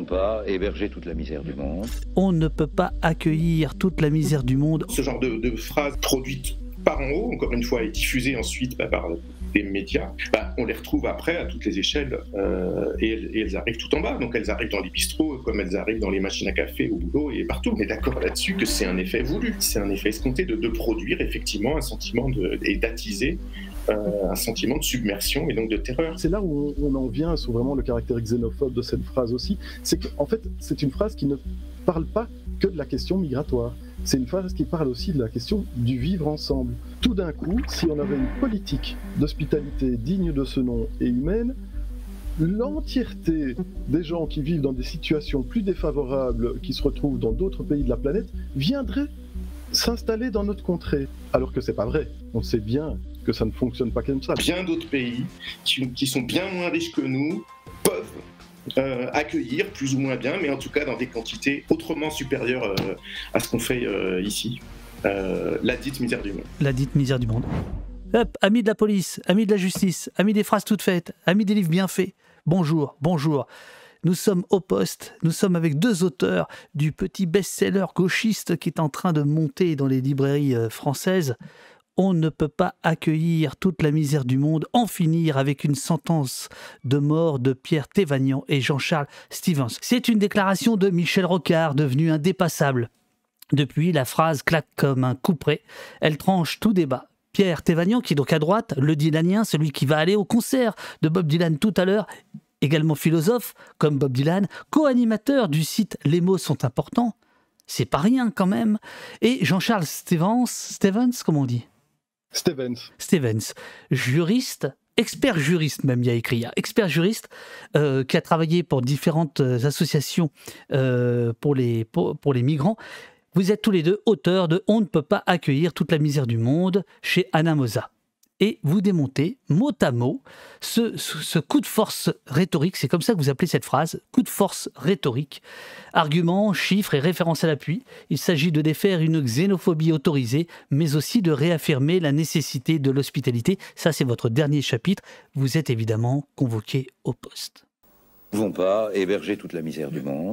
pas héberger toute la misère du monde. On ne peut pas accueillir toute la misère du monde. Ce genre de phrases produites par en haut, encore une fois, et diffusées ensuite par des médias, on les retrouve après à toutes les échelles et elles arrivent tout en bas. Donc elles arrivent dans les bistrots, comme elles arrivent dans les machines à café, au boulot et partout. On est d'accord là-dessus que c'est un effet voulu, c'est un effet escompté de produire effectivement un sentiment et d'attiser un sentiment de submersion et donc de terreur. C'est là où on en vient sur vraiment le caractère xénophobe de cette phrase aussi. C'est qu'en fait, c'est une phrase qui ne parle pas que de la question migratoire. C'est une phrase qui parle aussi de la question du vivre ensemble. Tout d'un coup, si on avait une politique d'hospitalité digne de ce nom et humaine, l'entièreté des gens qui vivent dans des situations plus défavorables, qui se retrouvent dans d'autres pays de la planète, viendraient s'installer dans notre contrée. Alors que c'est pas vrai. On sait bien que ça ne fonctionne pas comme ça. Bien d'autres pays qui sont bien moins riches que nous peuvent accueillir plus ou moins bien, mais en tout cas dans des quantités autrement supérieures à ce qu'on fait ici. La dite misère du monde. La dite misère du monde. Hop, amis de la police, amis de la justice, amis des phrases toutes faites, amis des livres bien faits. Bonjour, bonjour. Nous sommes au poste, nous sommes avec deux auteurs du petit best-seller gauchiste qui est en train de monter dans les librairies françaises. On ne peut pas accueillir toute la misère du monde, en finir avec une sentence de mort de Pierre Thévagnan et Jean-Charles Stevens. C'est une déclaration de Michel Rocard, devenue indépassable. Depuis, la phrase claque comme un couperet. Elle tranche tout débat. Pierre Thévagnan, qui est donc à droite, le dylanien, celui qui va aller au concert de Bob Dylan tout à l'heure, également philosophe, comme Bob Dylan, co-animateur du site Les mots sont importants. C'est pas rien quand même. Et Jean-Charles Stevens, comment on dit ? Stevens, juriste, expert juriste même, il y a écrit, expert juriste qui a travaillé pour différentes associations pour les migrants. Vous êtes tous les deux auteurs de « On ne peut pas accueillir toute la misère du monde » chez Anna Mosa. Et vous démontez mot à mot ce coup de force rhétorique, c'est comme ça que vous appelez cette phrase, coup de force rhétorique, arguments, chiffres et références à l'appui. Il s'agit de défaire une xénophobie autorisée, mais aussi de réaffirmer la nécessité de l'hospitalité. Ça, c'est votre dernier chapitre. Vous êtes évidemment convoqué au poste. Nous ne pouvons pas héberger toute la misère du monde,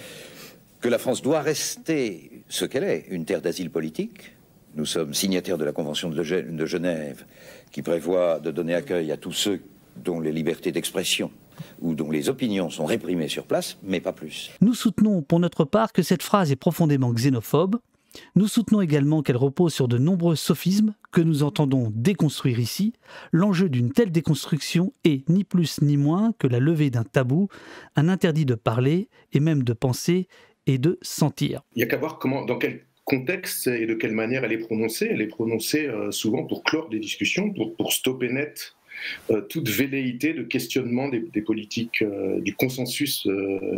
que la France doit rester ce qu'elle est, une terre d'asile politique. Nous sommes signataires de la Convention de Genève qui prévoit de donner accueil à tous ceux dont les libertés d'expression ou dont les opinions sont réprimées sur place, mais pas plus. Nous soutenons pour notre part que cette phrase est profondément xénophobe. Nous soutenons également qu'elle repose sur de nombreux sophismes que nous entendons déconstruire ici. L'enjeu d'une telle déconstruction est ni plus ni moins que la levée d'un tabou, un interdit de parler et même de penser et de sentir. Il n'y a qu'à voir dans quel contexte et de quelle manière elle est prononcée. Elle est prononcée souvent pour clore des discussions, pour stopper net toute velléité de questionnement des politiques, du consensus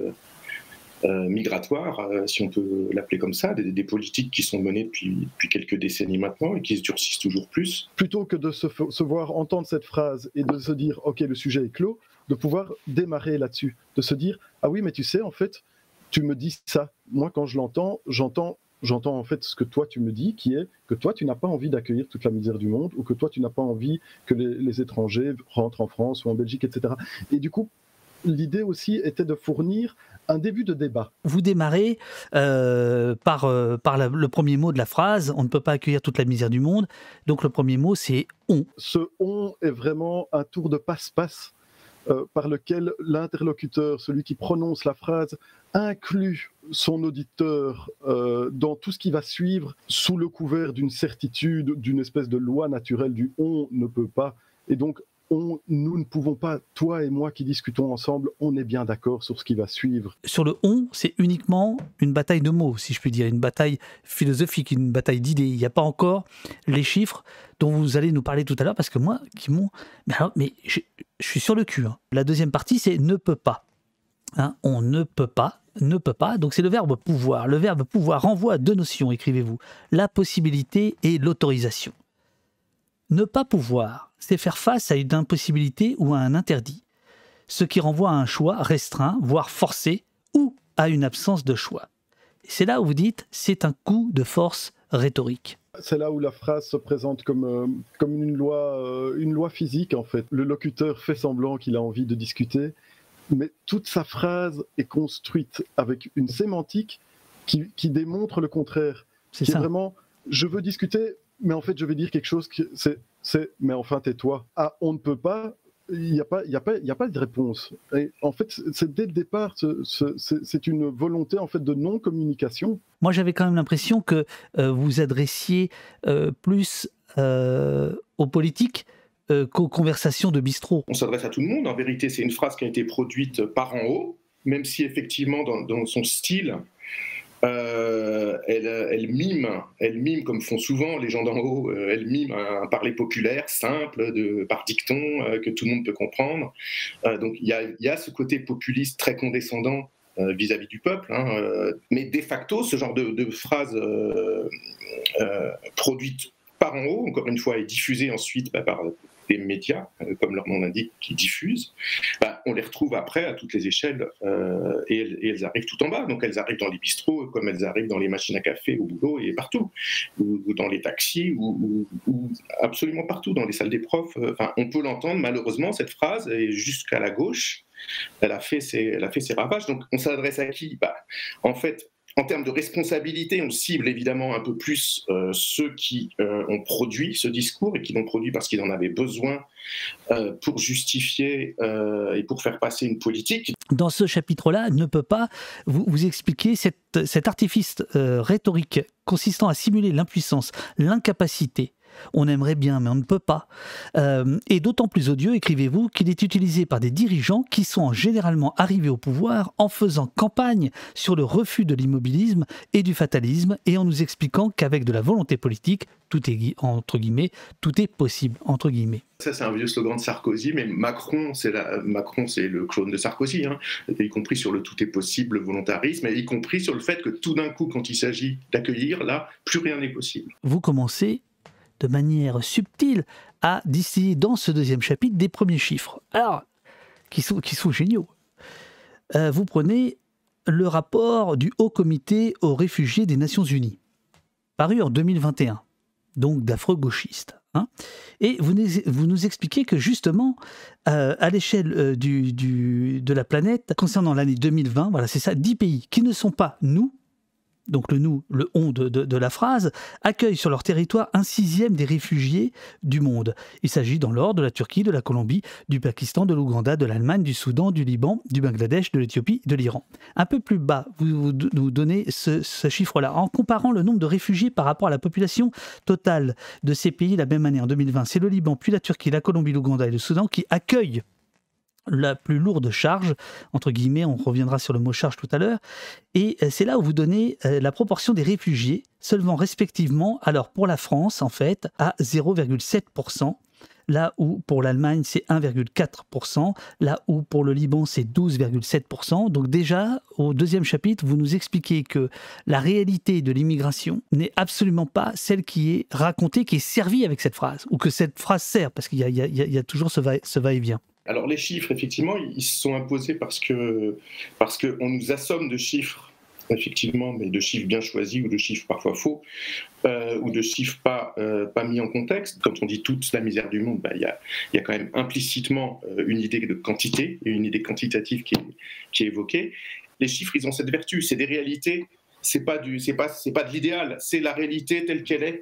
migratoire, si on peut l'appeler comme ça, des politiques qui sont menées depuis quelques décennies maintenant et qui se durcissent toujours plus. Plutôt que de se voir entendre cette phrase et de se dire « Ok, le sujet est clos », de pouvoir démarrer là-dessus, de se dire « Ah oui, mais tu sais, en fait, tu me dis ça. Moi, quand je l'entends, j'entends en fait ce que toi tu me dis, qui est que toi tu n'as pas envie d'accueillir toute la misère du monde ou que toi tu n'as pas envie que les étrangers rentrent en France ou en Belgique, etc. » Et du coup, l'idée aussi était de fournir un début de débat. Vous démarrez par le premier mot de la phrase, on ne peut pas accueillir toute la misère du monde. Donc le premier mot, c'est « on ». Ce « on » est vraiment un tour de passe-passe par lequel l'interlocuteur, celui qui prononce la phrase, inclut son auditeur dans tout ce qui va suivre sous le couvert d'une certitude, d'une espèce de loi naturelle du « on ne peut pas ». Et donc, nous ne pouvons pas, toi et moi qui discutons ensemble, on est bien d'accord sur ce qui va suivre. Sur le « on », c'est uniquement une bataille de mots, si je puis dire, une bataille philosophique, une bataille d'idées. Il n'y a pas encore les chiffres dont vous allez nous parler tout à l'heure, parce que moi, mais je suis sur le cul. Hein. La deuxième partie, c'est « ne peut pas ». Hein, on ne peut pas, donc c'est le verbe « pouvoir ». Le verbe « pouvoir » renvoie à deux notions, écrivez-vous, la possibilité et l'autorisation. Ne pas pouvoir, c'est faire face à une impossibilité ou à un interdit, ce qui renvoie à un choix restreint, voire forcé, ou à une absence de choix. Et c'est là où vous dites, c'est un coup de force rhétorique. C'est là où la phrase se présente comme une loi physique, en fait. Le locuteur fait semblant qu'il a envie de discuter, mais toute sa phrase est construite avec une sémantique qui démontre le contraire. C'est qui ça. est vraiment, je veux discuter, mais en fait, je vais dire quelque chose qui mais enfin, tais-toi. Ah, on ne peut pas. Il n'y a pas de réponse. Et en fait, c'est dès le départ, c'est une volonté en fait de non-communication. Moi, j'avais quand même l'impression que vous adressiez plus aux politiques qu'aux conversations de bistrot. On s'adresse à tout le monde. En vérité, c'est une phrase qui a été produite par en haut, même si effectivement, dans son style, elle mime, comme font souvent les gens d'en haut, elle mime un parler populaire, simple, par dicton, que tout le monde peut comprendre. Donc il y a ce côté populiste très condescendant vis-à-vis du peuple, hein, mais de facto, ce genre de phrase produite par en haut, encore une fois, et diffusée ensuite par des médias, comme leur nom l'indique, qui diffusent, on les retrouve après à toutes les échelles et elles arrivent tout en bas. Donc elles arrivent dans les bistrots, comme elles arrivent dans les machines à café, au boulot et partout, ou dans les taxis, ou absolument partout, dans les salles des profs. On peut l'entendre, malheureusement, cette phrase, et jusqu'à la gauche, elle a fait ses ravages. Donc on s'adresse à qui ? En fait, en termes de responsabilité, on cible évidemment un peu plus ceux qui ont produit ce discours et qui l'ont produit parce qu'ils en avaient besoin pour justifier et pour faire passer une politique. Dans ce chapitre-là, ne peut pas vous expliquer cet artifice rhétorique consistant à simuler l'impuissance, l'incapacité. On aimerait bien, mais on ne peut pas. Et d'autant plus odieux, écrivez-vous, qu'il est utilisé par des dirigeants qui sont généralement arrivés au pouvoir en faisant campagne sur le refus de l'immobilisme et du fatalisme et en nous expliquant qu'avec de la volonté politique, tout est, entre guillemets, tout est possible, entre guillemets. Ça, c'est un vieux slogan de Sarkozy, mais Macron, c'est le clone de Sarkozy, hein, y compris sur le tout est possible, le volontarisme, et y compris sur le fait que tout d'un coup, quand il s'agit d'accueillir, là, plus rien n'est possible. Vous commencez de manière subtile à distiller dans ce deuxième chapitre des premiers chiffres, alors qui sont géniaux. Vous prenez le rapport du Haut Comité aux réfugiés des Nations Unies, paru en 2021, donc d'affreux gauchistes. Hein, et vous nous expliquez que justement, à l'échelle de la planète, concernant l'année 2020, voilà, c'est ça, 10 pays qui ne sont pas nous, donc le nous, le on de la phrase, accueillent sur leur territoire 1/6 des réfugiés du monde. Il s'agit dans l'ordre de la Turquie, de la Colombie, du Pakistan, de l'Ouganda, de l'Allemagne, du Soudan, du Liban, du Bangladesh, de l'Éthiopie, de l'Iran. Un peu plus bas, vous nous donnez ce chiffre-là. En comparant le nombre de réfugiés par rapport à la population totale de ces pays la même année, en 2020, c'est le Liban, puis la Turquie, la Colombie, l'Ouganda et le Soudan qui accueillent la plus lourde charge, entre guillemets, on reviendra sur le mot charge tout à l'heure, et c'est là où vous donnez la proportion des réfugiés, seulement respectivement, alors pour la France, en fait, à 0,7%, là où pour l'Allemagne c'est 1,4%, là où pour le Liban c'est 12,7%. Donc déjà, au deuxième chapitre, vous nous expliquez que la réalité de l'immigration n'est absolument pas celle qui est racontée, qui est servie avec cette phrase, ou que cette phrase sert, parce qu'il y a toujours ce va-et-vient. Alors les chiffres, effectivement, ils se sont imposés parce qu'on nous assomme de chiffres, effectivement, mais de chiffres bien choisis ou de chiffres parfois faux, ou de chiffres pas mis en contexte. Quand on dit toute la misère du monde, il y a quand même implicitement une idée de quantité et une idée quantitative qui est évoquée. Les chiffres, ils ont cette vertu, c'est des réalités, c'est pas de l'idéal, c'est la réalité telle qu'elle est.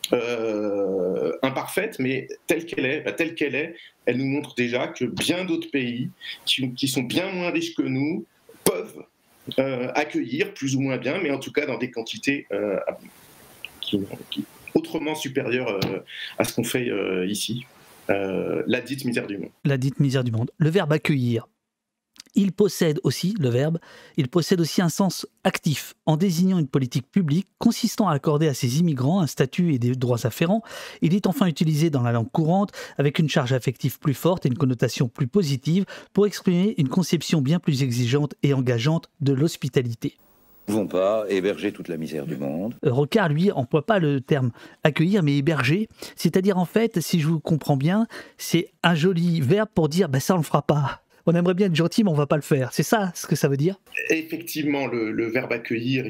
Imparfaite, mais telle qu'elle est, elle nous montre déjà que bien d'autres pays qui sont bien moins riches que nous peuvent accueillir plus ou moins bien, mais en tout cas dans des quantités qui autrement supérieures à ce qu'on fait ici. La dite misère du monde. La dite misère du monde. Le verbe accueillir. Il possède aussi, le verbe, il possède aussi un sens actif en désignant une politique publique consistant à accorder à ces immigrants un statut et des droits afférents. Il est enfin utilisé dans la langue courante avec une charge affective plus forte et une connotation plus positive pour exprimer une conception bien plus exigeante et engageante de l'hospitalité. Nous ne pouvons pas héberger toute la misère du monde. Rocard, lui, emploie pas le terme accueillir, mais héberger. C'est-à-dire, en fait, si je vous comprends bien, c'est un joli verbe pour dire ça, on le fera pas. On aimerait bien être gentil, mais on ne va pas le faire. C'est ça ce que ça veut dire ? Effectivement, le verbe accueillir,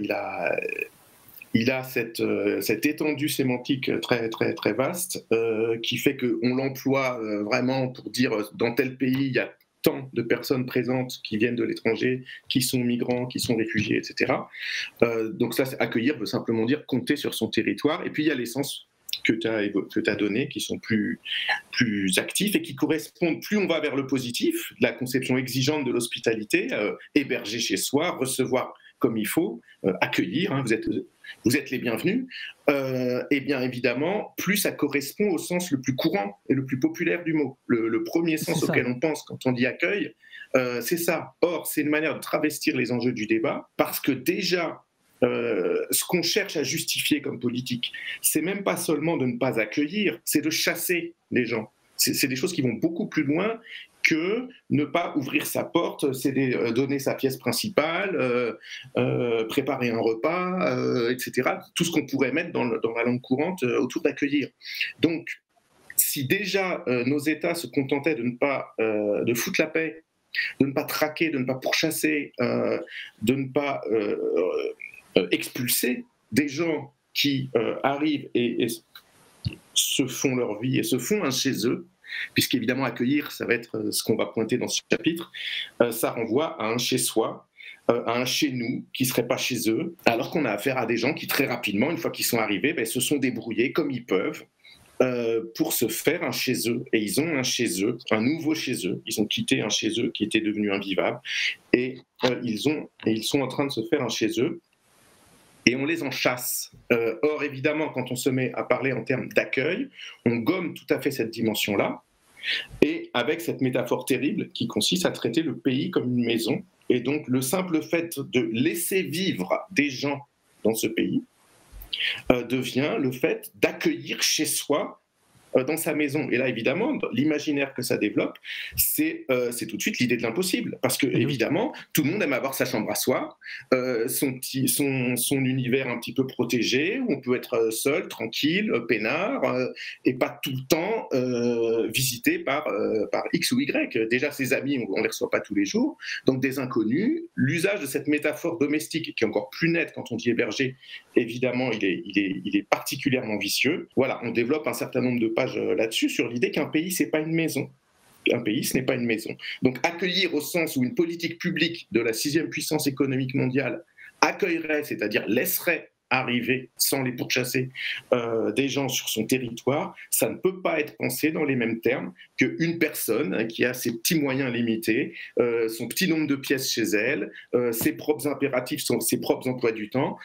il a cette étendue sémantique très, très, très vaste qui fait qu'on l'emploie vraiment pour dire dans tel pays, il y a tant de personnes présentes qui viennent de l'étranger, qui sont migrants, qui sont réfugiés, etc. Donc ça, accueillir veut simplement dire compter sur son territoire. Et puis il y a les sens que tu as donné, qui sont plus actifs et qui correspondent, plus on va vers le positif, la conception exigeante de l'hospitalité, héberger chez soi, recevoir comme il faut, accueillir, hein, vous êtes les bienvenus, et bien évidemment, plus ça correspond au sens le plus courant et le plus populaire du mot. Le premier sens auquel on pense quand on dit accueil, c'est ça. Or, c'est une manière de travestir les enjeux du débat, parce que déjà, ce qu'on cherche à justifier comme politique, c'est même pas seulement de ne pas accueillir, c'est de chasser les gens. C'est des choses qui vont beaucoup plus loin que ne pas ouvrir sa porte, c'est donner sa pièce principale, préparer un repas, etc. Tout ce qu'on pourrait mettre dans la langue courante autour d'accueillir. Donc, si déjà nos États se contentaient de ne pas de foutre la paix, de ne pas traquer, de ne pas pourchasser, de ne pas expulser des gens qui arrivent et se font leur vie et se font un chez eux, puisqu'évidemment accueillir, ça va être ce qu'on va pointer dans ce chapitre, ça renvoie à un chez-soi, à un chez-nous qui ne serait pas chez eux, alors qu'on a affaire à des gens qui très rapidement, une fois qu'ils sont arrivés, se sont débrouillés comme ils peuvent pour se faire un chez eux. Et ils ont un chez eux, un nouveau chez eux. Ils ont quitté un chez eux qui était devenu invivable, et ils sont en train de se faire un chez eux. Et on les en chasse. Or, évidemment, quand on se met à parler en termes d'accueil, on gomme tout à fait cette dimension-là, et avec cette métaphore terrible qui consiste à traiter le pays comme une maison. Et donc, le simple fait de laisser vivre des gens dans ce pays devient le fait d'accueillir chez soi, dans sa maison. Et là, évidemment, l'imaginaire que ça développe, c'est tout de suite l'idée de l'impossible. Parce que, évidemment, tout le monde aime avoir sa chambre à soi, son univers un petit peu protégé, où on peut être seul, tranquille, peinard, et pas tout le temps visité par X ou Y. Déjà, ses amis, on ne les reçoit pas tous les jours. Donc, des inconnus. L'usage de cette métaphore domestique, qui est encore plus nette quand on dit héberger, évidemment, il est particulièrement vicieux. Voilà, on développe un certain nombre de pages là-dessus, sur l'idée qu'un pays, c'est pas une maison. Un pays, ce n'est pas une maison. Donc accueillir au sens où une politique publique de la 6e puissance économique mondiale accueillerait, c'est-à-dire laisserait arriver, sans les pourchasser, des gens sur son territoire, ça ne peut pas être pensé dans les mêmes termes qu'une personne qui a ses petits moyens limités, son petit nombre de pièces chez elle, ses propres impératifs, ses propres emplois du temps,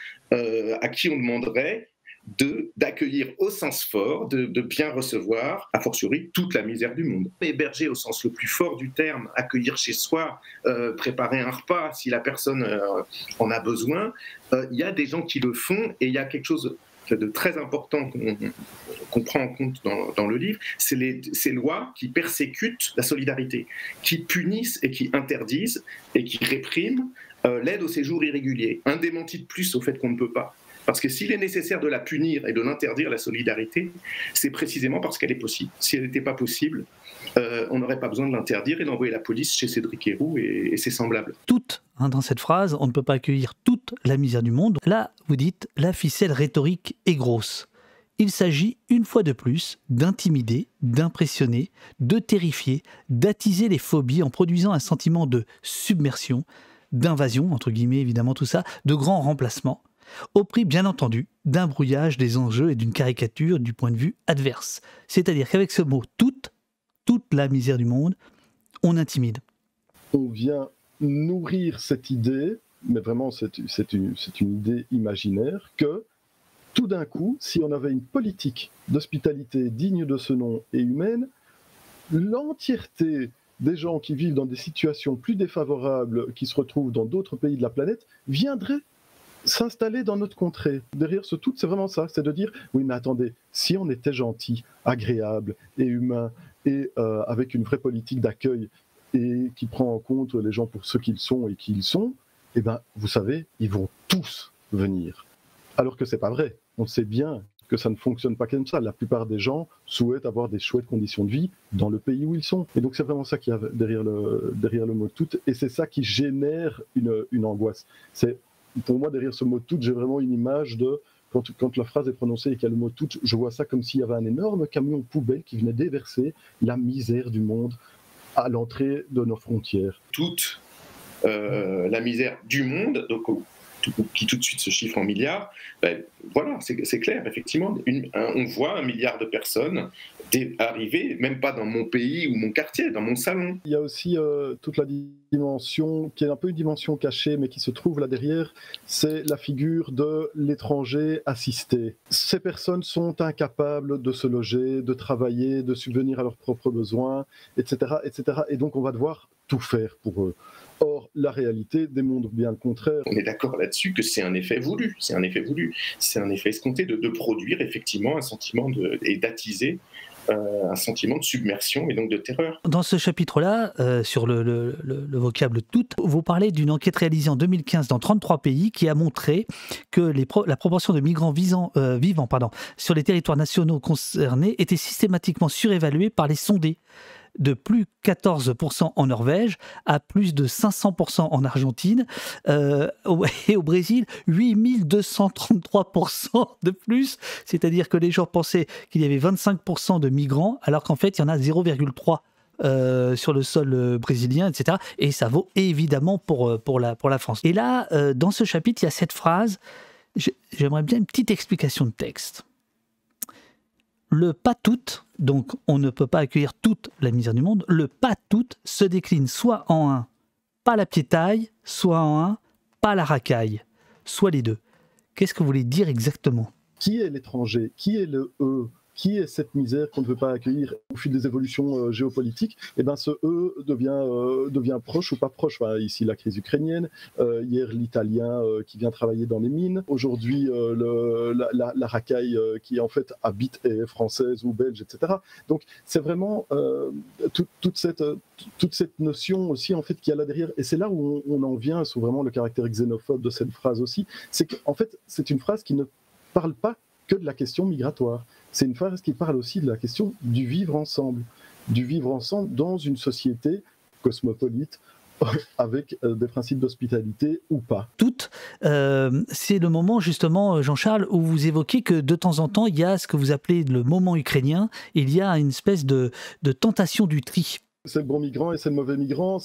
à qui on demanderait d'accueillir au sens fort, de bien recevoir, a fortiori, toute la misère du monde. Héberger au sens le plus fort du terme, accueillir chez soi, préparer un repas si la personne en a besoin, il y a des gens qui le font, et il y a quelque chose de très important qu'on prend en compte dans le livre, c'est ces lois qui persécutent la solidarité, qui punissent et qui interdisent et qui répriment l'aide au séjour irrégulier. Un démenti de plus au fait qu'on ne peut pas. Parce que s'il est nécessaire de la punir et de l'interdire, la solidarité, c'est précisément parce qu'elle est possible. Si elle n'était pas possible, on n'aurait pas besoin de l'interdire et d'envoyer la police chez Cédric Héroux et ses semblables. Toute, dans cette phrase, on ne peut pas accueillir toute la misère du monde. Là, vous dites, la ficelle rhétorique est grosse. Il s'agit, une fois de plus, d'intimider, d'impressionner, de terrifier, d'attiser les phobies en produisant un sentiment de submersion, d'invasion, entre guillemets évidemment tout ça, de grand remplacement, au prix, bien entendu, d'un brouillage des enjeux et d'une caricature du point de vue adverse. C'est-à-dire qu'avec ce mot « toute la misère du monde », on intimide. On vient nourrir cette idée, mais vraiment c'est une idée imaginaire, que tout d'un coup, si on avait une politique d'hospitalité digne de ce nom et humaine, l'entièreté des gens qui vivent dans des situations plus défavorables, qui se retrouvent dans d'autres pays de la planète, viendraient s'installer dans notre contrée. Derrière ce tout, c'est vraiment ça, c'est de dire, oui mais attendez, si on était gentil, agréable et humain, et avec une vraie politique d'accueil, et qui prend en compte les gens pour ce qu'ils sont et qui ils sont, eh ben, vous savez, ils vont tous venir. Alors que c'est pas vrai, on sait bien que ça ne fonctionne pas comme ça. La plupart des gens souhaitent avoir des chouettes conditions de vie dans le pays où ils sont. Et donc c'est vraiment ça qu'il y a derrière le mot « toute », et c'est ça qui génère une angoisse. Pour moi, derrière ce mot « toute », j'ai vraiment une image de, quand la phrase est prononcée et qu'il y a le mot « toute », je vois ça comme s'il y avait un énorme camion poubelle qui venait déverser la misère du monde à l'entrée de nos frontières. Toute la misère du monde, donc, qui tout de suite se chiffre en milliards, voilà, c'est clair, effectivement. On voit 1 milliard de personnes arriver, même pas dans mon pays ou mon quartier, dans mon salon. Il y a aussi toute la dimension, qui est un peu une dimension cachée, mais qui se trouve là derrière, c'est la figure de l'étranger assisté. Ces personnes sont incapables de se loger, de travailler, de subvenir à leurs propres besoins, etc., etc. Et donc on va devoir tout faire pour eux. Or, la réalité démontre bien le contraire. On est d'accord là-dessus que c'est un effet voulu, c'est un effet escompté de produire effectivement un sentiment et d'attiser un sentiment de submersion et donc de terreur. Dans ce chapitre-là, sur le vocable « tout », vous parlez d'une enquête réalisée en 2015 dans 33 pays qui a montré que la proportion de migrants vivant sur les territoires nationaux concernés était systématiquement surévaluée par les sondés, de plus 14% en Norvège à plus de 500% en Argentine, et au Brésil 8233% de plus, c'est-à-dire que les gens pensaient qu'il y avait 25% de migrants alors qu'en fait il y en a 0,3 sur le sol brésilien, etc. Et ça vaut évidemment pour la France. Et là, dans ce chapitre, il y a cette phrase, j'aimerais bien une petite explication de texte. Le pas toutes, donc on ne peut pas accueillir toute la misère du monde, le pas toutes se décline soit en un pas la piétaille, soit en un pas la racaille, soit les deux. Qu'est-ce que vous voulez dire exactement ? Qui est l'étranger ? Qui est le « eux » ? Qui est cette misère qu'on ne veut pas accueillir au fil des évolutions géopolitiques ? Eh bien, ce « eux » devient proche ou pas proche. Enfin, ici, la crise ukrainienne, hier, l'Italien qui vient travailler dans les mines, aujourd'hui, la racaille qui, en fait, habite et est française ou belge, etc. Donc, c'est vraiment toute cette notion aussi, en fait, qu'il y a là derrière. Et c'est là où on en vient sur vraiment le caractère xénophobe de cette phrase aussi. C'est qu'en fait, c'est une phrase qui ne parle pas que de la question migratoire. C'est une phrase qui parle aussi de la question du vivre ensemble dans une société cosmopolite, avec des principes d'hospitalité ou pas. Toutes, c'est le moment justement, Jean-Charles, où vous évoquez que de temps en temps, il y a ce que vous appelez le moment ukrainien, il y a une espèce de tentation du tri. C'est le bon migrant et c'est le mauvais migrant,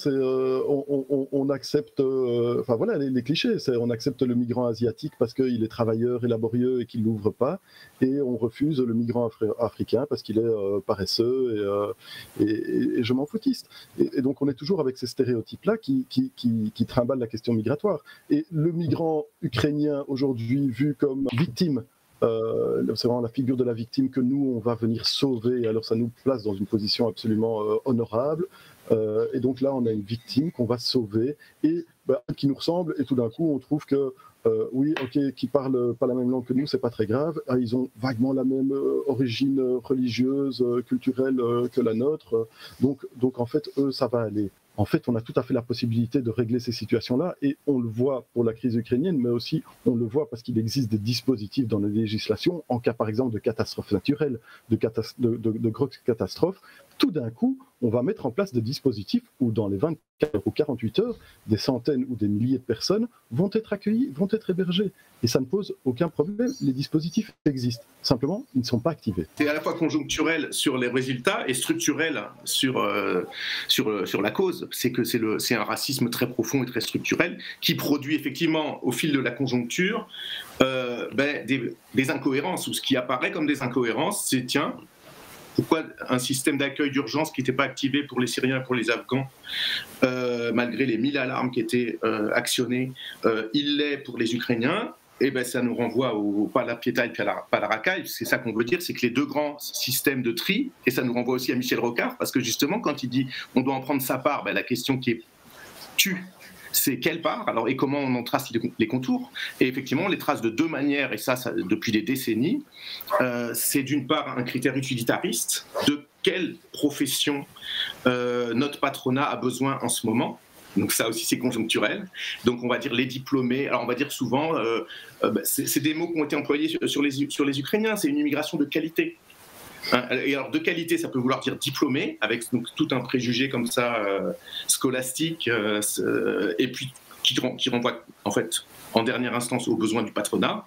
on accepte, enfin voilà les clichés, on accepte le migrant asiatique parce qu'il est travailleur et laborieux et qu'il l'ouvre pas, et on refuse le migrant africain parce qu'il est paresseux et je m'en foutiste. Et donc on est toujours avec ces stéréotypes-là qui trimballent la question migratoire. Et le migrant ukrainien aujourd'hui vu comme victime, c'est vraiment la figure de la victime que nous, on va venir sauver. Alors ça nous place dans une position absolument honorable. Et donc là, on a une victime qu'on va sauver et qui nous ressemble. Et tout d'un coup, on trouve que, oui, ok, qui parlent pas la même langue que nous, c'est pas très grave. Ils ont vaguement la même origine religieuse, culturelle que la nôtre. Donc en fait, eux, ça va aller. En fait, on a tout à fait la possibilité de régler ces situations-là, et on le voit pour la crise ukrainienne, mais aussi on le voit parce qu'il existe des dispositifs dans la législation en cas, par exemple, de catastrophes naturelles, de grosses catastrophes. Tout d'un coup, on va mettre en place des dispositifs où dans les 24 ou 48 heures, des centaines ou des milliers de personnes vont être accueillies, vont être hébergées. Et ça ne pose aucun problème, les dispositifs existent. Simplement, ils ne sont pas activés. C'est à la fois conjoncturel sur les résultats et structurel sur la cause. C'est que c'est un racisme très profond et très structurel qui produit effectivement, au fil de la conjoncture, des incohérences, ou ce qui apparaît comme des incohérences, c'est tiens, pourquoi un système d'accueil d'urgence qui n'était pas activé pour les Syriens et pour les Afghans, malgré les 1000 alarmes qui étaient actionnées, il l'est pour les Ukrainiens? Et ça nous renvoie pas à la piétaille et pas à la racaille. C'est ça qu'on veut dire, c'est que les deux grands systèmes de tri, et ça nous renvoie aussi à Michel Rocard, parce que justement, quand il dit on doit en prendre sa part, la question qui est c'est quelle part, alors, et comment on en trace les contours. Et effectivement, on les trace de deux manières, et ça depuis des décennies. C'est d'une part un critère utilitariste, de quelle profession notre patronat a besoin en ce moment. Donc ça aussi, c'est conjoncturel. Donc on va dire les diplômés. Alors on va dire souvent, c'est des mots qui ont été employés sur les Ukrainiens, c'est une immigration de qualité. Et alors de qualité, ça peut vouloir dire diplômé, avec donc, tout un préjugé comme ça, scolastique, et puis qui renvoie en fait en dernière instance aux besoins du patronat,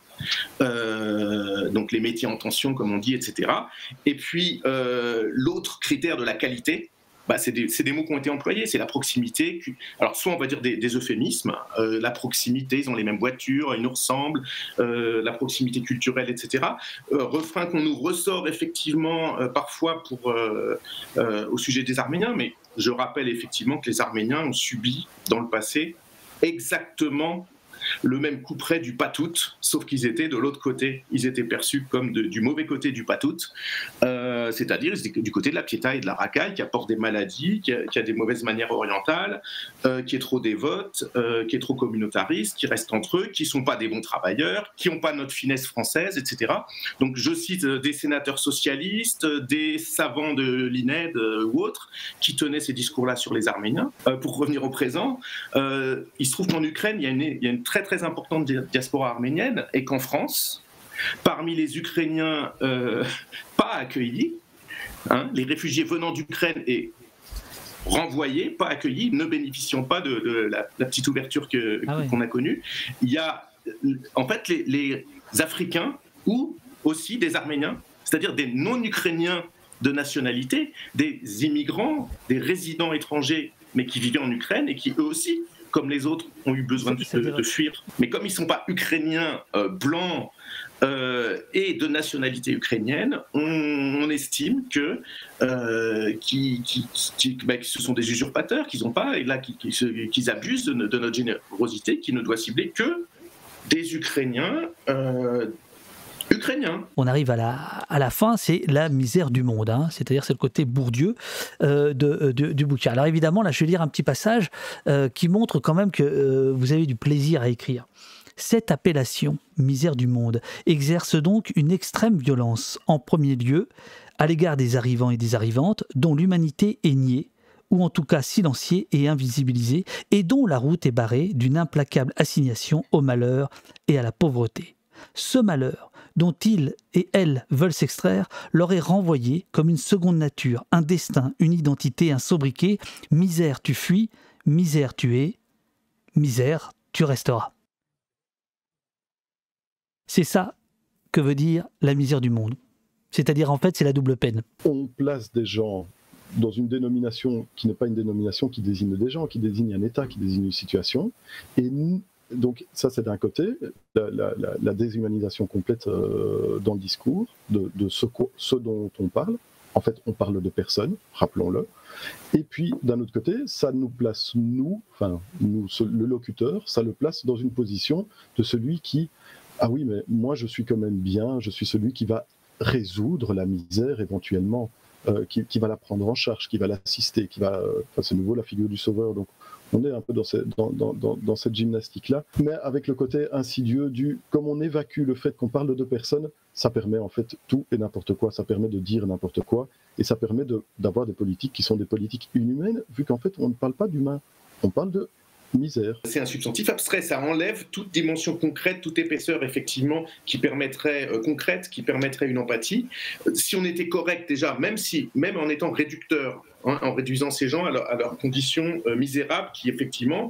donc les métiers en tension comme on dit, etc. Et puis l'autre critère de la qualité, c'est des mots qui ont été employés, c'est la proximité. Alors, soit on va dire des euphémismes, la proximité, ils ont les mêmes voitures, ils nous ressemblent, la proximité culturelle, etc. Refrain qu'on nous ressort effectivement parfois au sujet des Arméniens, mais je rappelle effectivement que les Arméniens ont subi dans le passé exactement le même couperet du patout, sauf qu'ils étaient de l'autre côté. Ils étaient perçus comme du mauvais côté du patout, c'est-à-dire du côté de la piéta et de la racaille, qui apporte des maladies, qui a des mauvaises manières orientales, qui est trop dévote, qui est trop communautariste, qui reste entre eux, qui ne sont pas des bons travailleurs, qui n'ont pas notre finesse française, etc. Donc je cite des sénateurs socialistes, des savants de l'INED ou autres, qui tenaient ces discours-là sur les Arméniens. Pour revenir au présent, il se trouve qu'en Ukraine, il y a une très très importante diaspora arménienne, et qu'en France, parmi les Ukrainiens pas accueillis, les réfugiés venant d'Ukraine et renvoyés, pas accueillis, ne bénéficiant pas de la petite ouverture qu'on a connue, il y a en fait les Africains ou aussi des Arméniens, c'est-à-dire des non-Ukrainiens de nationalité, des immigrants, des résidents étrangers, mais qui vivaient en Ukraine et qui eux aussi, comme les autres, ont eu besoin de fuir. Mais comme ils ne sont pas ukrainiens blancs et de nationalité ukrainienne, on estime que ce sont des usurpateurs, qu'ils n'ont pas, et là qu'ils abusent de notre générosité, qui ne doit cibler que des Ukrainiens. On arrive à la fin, c'est la misère du monde, c'est-à-dire c'est le côté Bourdieu du bouquin. Alors évidemment, là je vais lire un petit passage qui montre quand même que vous avez du plaisir à écrire. Cette appellation, misère du monde, exerce donc une extrême violence, en premier lieu, à l'égard des arrivants et des arrivantes, dont l'humanité est niée, ou en tout cas silenciée et invisibilisée, et dont la route est barrée d'une implacable assignation au malheur et à la pauvreté. Ce malheur, dont ils et elles veulent s'extraire, leur est renvoyé comme une seconde nature, un destin, une identité, un sobriquet. Misère tu fuis, misère tu es, misère tu resteras. C'est ça que veut dire la misère du monde. C'est-à-dire, en fait, c'est la double peine. On place des gens dans une dénomination qui n'est pas une dénomination qui désigne des gens, qui désigne un état, qui désigne une situation, et nous, donc ça c'est d'un côté, la déshumanisation complète dans le discours, de ce dont on parle. En fait, on parle de personnes, rappelons-le. Et puis, d'un autre côté, ça nous place, nous, le locuteur, ça le place dans une position de celui qui, ah oui, mais moi je suis quand même bien, je suis celui qui va résoudre la misère éventuellement, qui va la prendre en charge, qui va l'assister, c'est nouveau la figure du sauveur, donc on est un peu dans cette gymnastique-là, mais avec le côté insidieux comme on évacue le fait qu'on parle de deux personnes, ça permet en fait tout et n'importe quoi, ça permet de dire n'importe quoi, et ça permet d'avoir des politiques qui sont des politiques inhumaines, vu qu'en fait on ne parle pas d'humain, on parle de misère. C'est un substantif abstrait, ça enlève toute dimension concrète, toute épaisseur effectivement qui permettrait une empathie. Si on était correct déjà, même en étant réducteur, en réduisant ces gens à leurs conditions misérables qui effectivement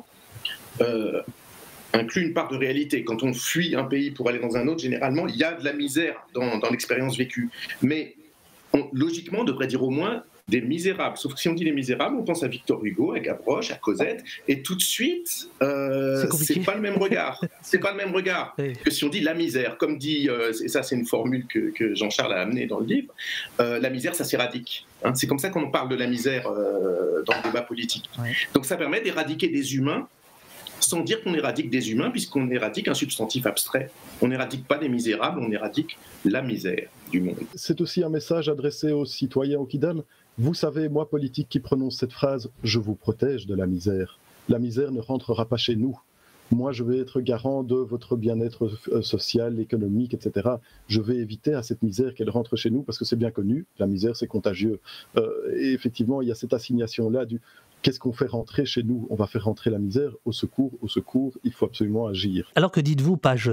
inclut une part de réalité. Quand on fuit un pays pour aller dans un autre, généralement il y a de la misère dans l'expérience vécue. Mais logiquement on devrait dire au moins des misérables. Sauf que si on dit les misérables, on pense à Victor Hugo, à Gavroche, à Cosette, et tout de suite, c'est pas le même regard. C'est pas le même regard que si on dit la misère. Comme dit, et ça c'est une formule que Jean-Charles a amenée dans le livre, la misère ça s'éradique. C'est comme ça qu'on parle de la misère dans le débat politique. Ouais. Donc ça permet d'éradiquer des humains sans dire qu'on éradique des humains, puisqu'on éradique un substantif abstrait. On n'éradique pas des misérables, on éradique la misère du monde. C'est aussi un message adressé aux citoyens au Kidal. Vous savez, moi, politique qui prononce cette phrase, je vous protège de la misère. La misère ne rentrera pas chez nous. Moi, je vais être garant de votre bien-être social, économique, etc. Je vais éviter à cette misère qu'elle rentre chez nous, parce que c'est bien connu, la misère, c'est contagieux. Et effectivement, il y a cette assignation-là du qu'est-ce qu'on fait rentrer chez nous ? On va faire rentrer la misère, au secours, il faut absolument agir. Alors que dites-vous, page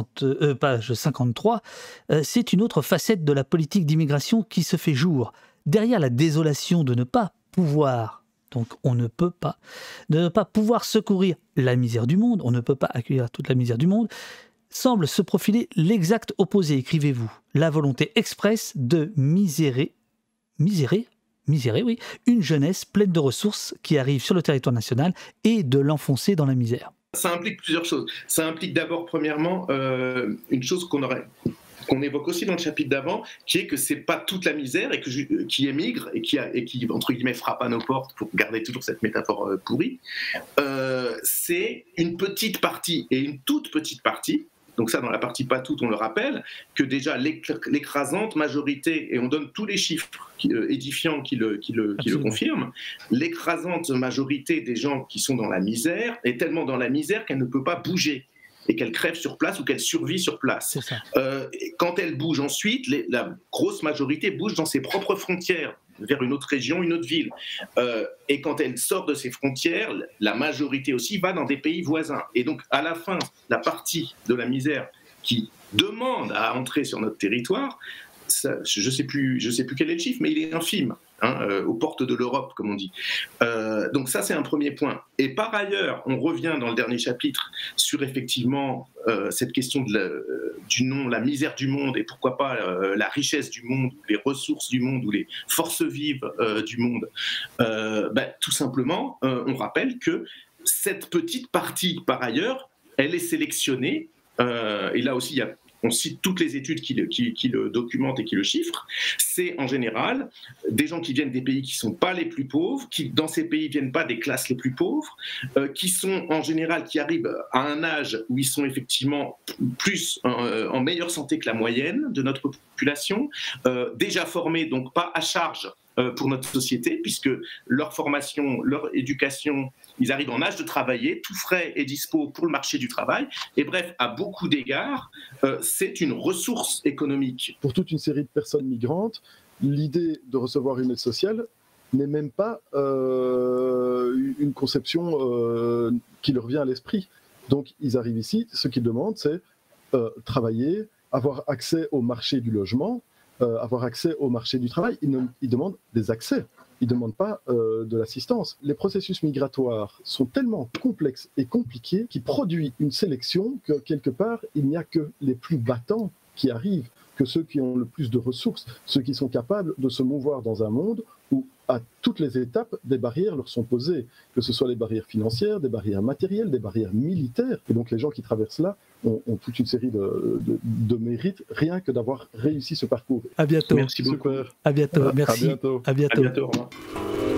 53, c'est une autre facette de la politique d'immigration qui se fait jour. Derrière la désolation de ne pas pouvoir, donc on ne peut pas, de ne pas pouvoir secourir la misère du monde, on ne peut pas accueillir toute la misère du monde, semble se profiler l'exact opposé, écrivez-vous, la volonté expresse de misérer misérer, oui, une jeunesse pleine de ressources qui arrive sur le territoire national et de l'enfoncer dans la misère. Ça implique plusieurs choses. Ça implique d'abord, premièrement, une chose qu'on évoque aussi dans le chapitre d'avant, qui est que c'est pas toute la misère et qui émigre et qui entre guillemets frappe à nos portes, pour garder toujours cette métaphore pourrie. C'est une petite partie et une toute petite partie. Donc ça, dans la partie pas toute, on le rappelle, que déjà l'écrasante majorité, et on donne tous les chiffres édifiants qui le confirment, l'écrasante majorité des gens qui sont dans la misère est tellement dans la misère qu'elle ne peut pas bouger et qu'elle crève sur place ou qu'elle survit sur place. C'est ça. Quand elle bouge ensuite, la grosse majorité bouge dans ses propres frontières, vers une autre région, une autre ville. Et quand elle sort de ses frontières, la majorité aussi va dans des pays voisins. Et donc, à la fin, la partie de la misère qui demande à entrer sur notre territoire, ça, je ne sais plus quel est le chiffre, mais il est infime, aux portes de l'Europe, comme on dit. Donc ça, c'est un premier point. Et par ailleurs, on revient dans le dernier chapitre sur effectivement cette question du nom, la misère du monde, et pourquoi pas la richesse du monde, les ressources du monde, ou les forces vives du monde. Tout simplement, on rappelle que cette petite partie, par ailleurs, elle est sélectionnée, et là aussi, on cite toutes les études qui le documentent et qui le chiffrent, c'est en général des gens qui viennent des pays qui ne sont pas les plus pauvres, qui dans ces pays ne viennent pas des classes les plus pauvres, qui sont en général, qui arrivent à un âge où ils sont effectivement plus en meilleure santé que la moyenne de notre population, déjà formés, donc pas à charge pour notre société, puisque leur formation, leur éducation, ils arrivent en âge de travailler, tout frais et dispo pour le marché du travail. Et bref, à beaucoup d'égards, c'est une ressource économique. Pour toute une série de personnes migrantes, l'idée de recevoir une aide sociale n'est même pas une conception qui leur vient à l'esprit. Donc, ils arrivent ici, ce qu'ils demandent, c'est travailler, avoir accès au marché du logement, avoir accès au marché du travail. Ils demandent des accès. Ils ne demandent pas de l'assistance. Les processus migratoires sont tellement complexes et compliqués qu'ils produisent une sélection que, quelque part, il n'y a que les plus battants qui arrivent, que ceux qui ont le plus de ressources, ceux qui sont capables de se mouvoir dans un monde où, à toutes les étapes, des barrières leur sont posées, que ce soit des barrières financières, des barrières matérielles, des barrières militaires. Et donc les gens qui traversent là ont toute une série de mérites, rien que d'avoir réussi ce parcours. À bientôt. Merci beaucoup. Super. À bientôt. Merci. À bientôt. À bientôt. À bientôt. Au revoir.